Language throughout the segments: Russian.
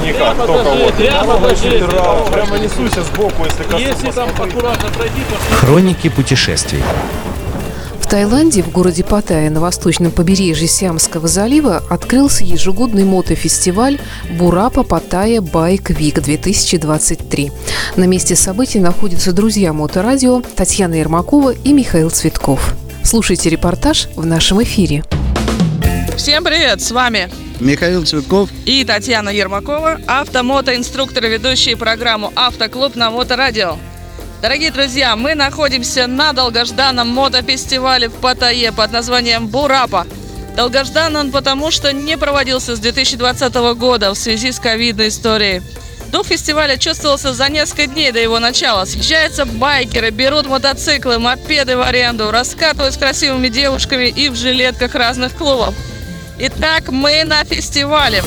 никак, только вот. Прямо несуся сбоку, если коснуться. Если там аккуратно пройди, Хроники путешествий. В Таиланде, в городе Паттайя на восточном побережье Сиамского залива, открылся ежегодный мотофестиваль «Бурапа Паттайя Байк Вик 2023». На месте событий находятся друзья Моторадио Татьяна Ермакова и Михаил Цветков. Слушайте репортаж в нашем эфире. Всем привет, с вами Михаил Цветков и Татьяна Ермакова, автомотоинструкторы, ведущие программу «Автоклуб» на Моторадио. Дорогие друзья, мы находимся на долгожданном мотофестивале в Паттайе под названием «Бурапа». Долгождан он потому, что не проводился с 2020 года в связи с ковидной историей. Дух фестиваля чувствовался за несколько дней до его начала. Съезжаются байкеры, берут мотоциклы, мопеды в аренду, раскатывают с красивыми девушками и в жилетках разных клубов. Итак, мы на фестивале.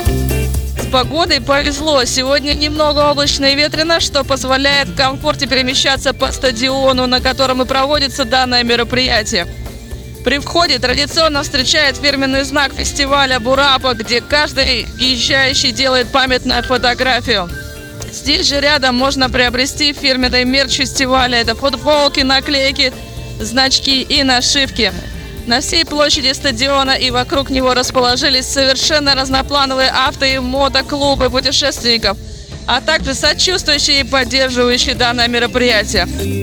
С погодой повезло. Сегодня немного облачно и ветрено, что позволяет в комфорте перемещаться по стадиону, на котором и проводится данное мероприятие. При входе традиционно встречает фирменный знак фестиваля «Бурапа», где каждый въезжающий делает памятную фотографию. Здесь же рядом можно приобрести фирменный мерч фестиваля. Это футболки, наклейки, значки и нашивки. На всей площади стадиона и вокруг него расположились совершенно разноплановые авто- и мотоклубы путешественников, а также сочувствующие и поддерживающие данное мероприятие.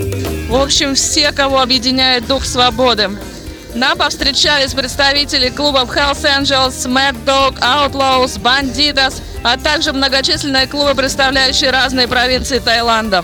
В общем, все, кого объединяет дух свободы. Нам повстречались представители клубов Hells Angels, Mad Dog, Outlaws, Bandidos, а также многочисленные клубы, представляющие разные провинции Таиланда.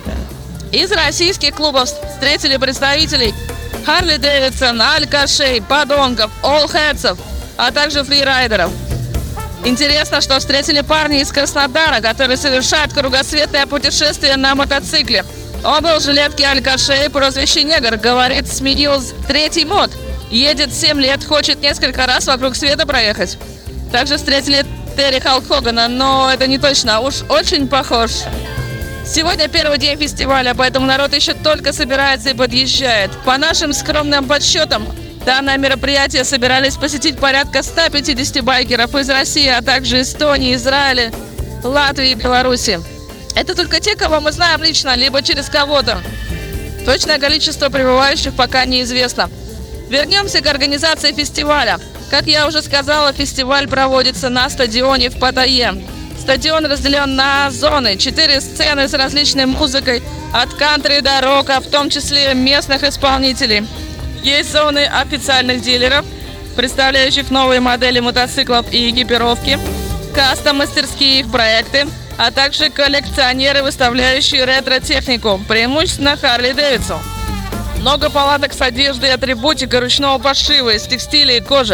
Из российских клубов встретили представителей Harley Davidson, Алькашей, Подонков, Оллхедсов, а также фрирайдеров. Интересно, что встретили парни из Краснодара, которые совершают кругосветное путешествие на мотоцикле. Он был в жилетке Алькашей, прозвище Негр, говорит, сменил третий мод. Едет 7 лет, хочет несколько раз вокруг света проехать. Также встретили Терри Халк Хогана, но это не точно, уж очень похож. Сегодня первый день фестиваля, поэтому народ еще только собирается и подъезжает. По нашим скромным подсчетам, данное мероприятие собирались посетить порядка 150 байкеров из России, а также Эстонии, Израиля, Латвии и Беларуси. Это только те, кого мы знаем лично, либо через кого-то. Точное количество прибывающих пока неизвестно. Вернемся к организации фестиваля. Как я уже сказала, фестиваль проводится на стадионе в Паттайе. Стадион разделен на зоны, 4 сцены с различной музыкой, от кантри до рока, в том числе местных исполнителей. Есть зоны официальных дилеров, представляющих новые модели мотоциклов и экипировки, кастом-мастерские их проекты, а также коллекционеры, выставляющие ретро-технику, преимущественно Harley Davidson. Много палаток с одеждой и атрибутикой ручного пошива, из текстиля и кожи.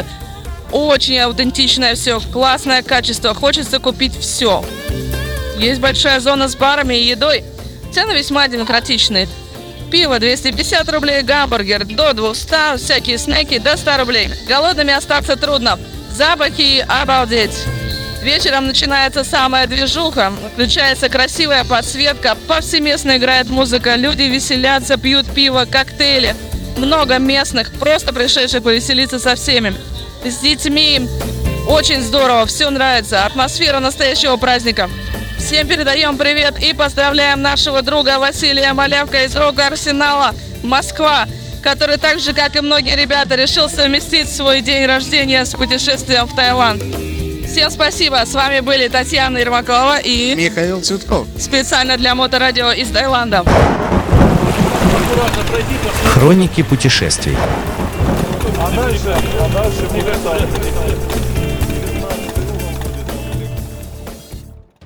Очень аутентичное все, классное качество, хочется купить все. Есть большая зона с барами и едой. Цены весьма демократичные. Пиво 250 рублей, гамбургер до 200, всякие снеки до 100 рублей. Голодными остаться трудно. Запахи обалдеть. Вечером начинается самая движуха, включается красивая подсветка, повсеместно играет музыка, люди веселятся, пьют пиво, коктейли. Много местных, просто пришедших повеселиться со всеми. С детьми. Очень здорово, все нравится, атмосфера настоящего праздника. Всем передаем привет и поздравляем нашего друга Василия Малявка из Рок-Арсенала, Москва, который так же, как и многие ребята, решил совместить свой день рождения с путешествием в Таиланд. Всем спасибо, с вами были Татьяна Ермакова и Михаил Цветков. Специально для Моторадио из Таиланда. Хроники путешествий. а дальше мне кажется,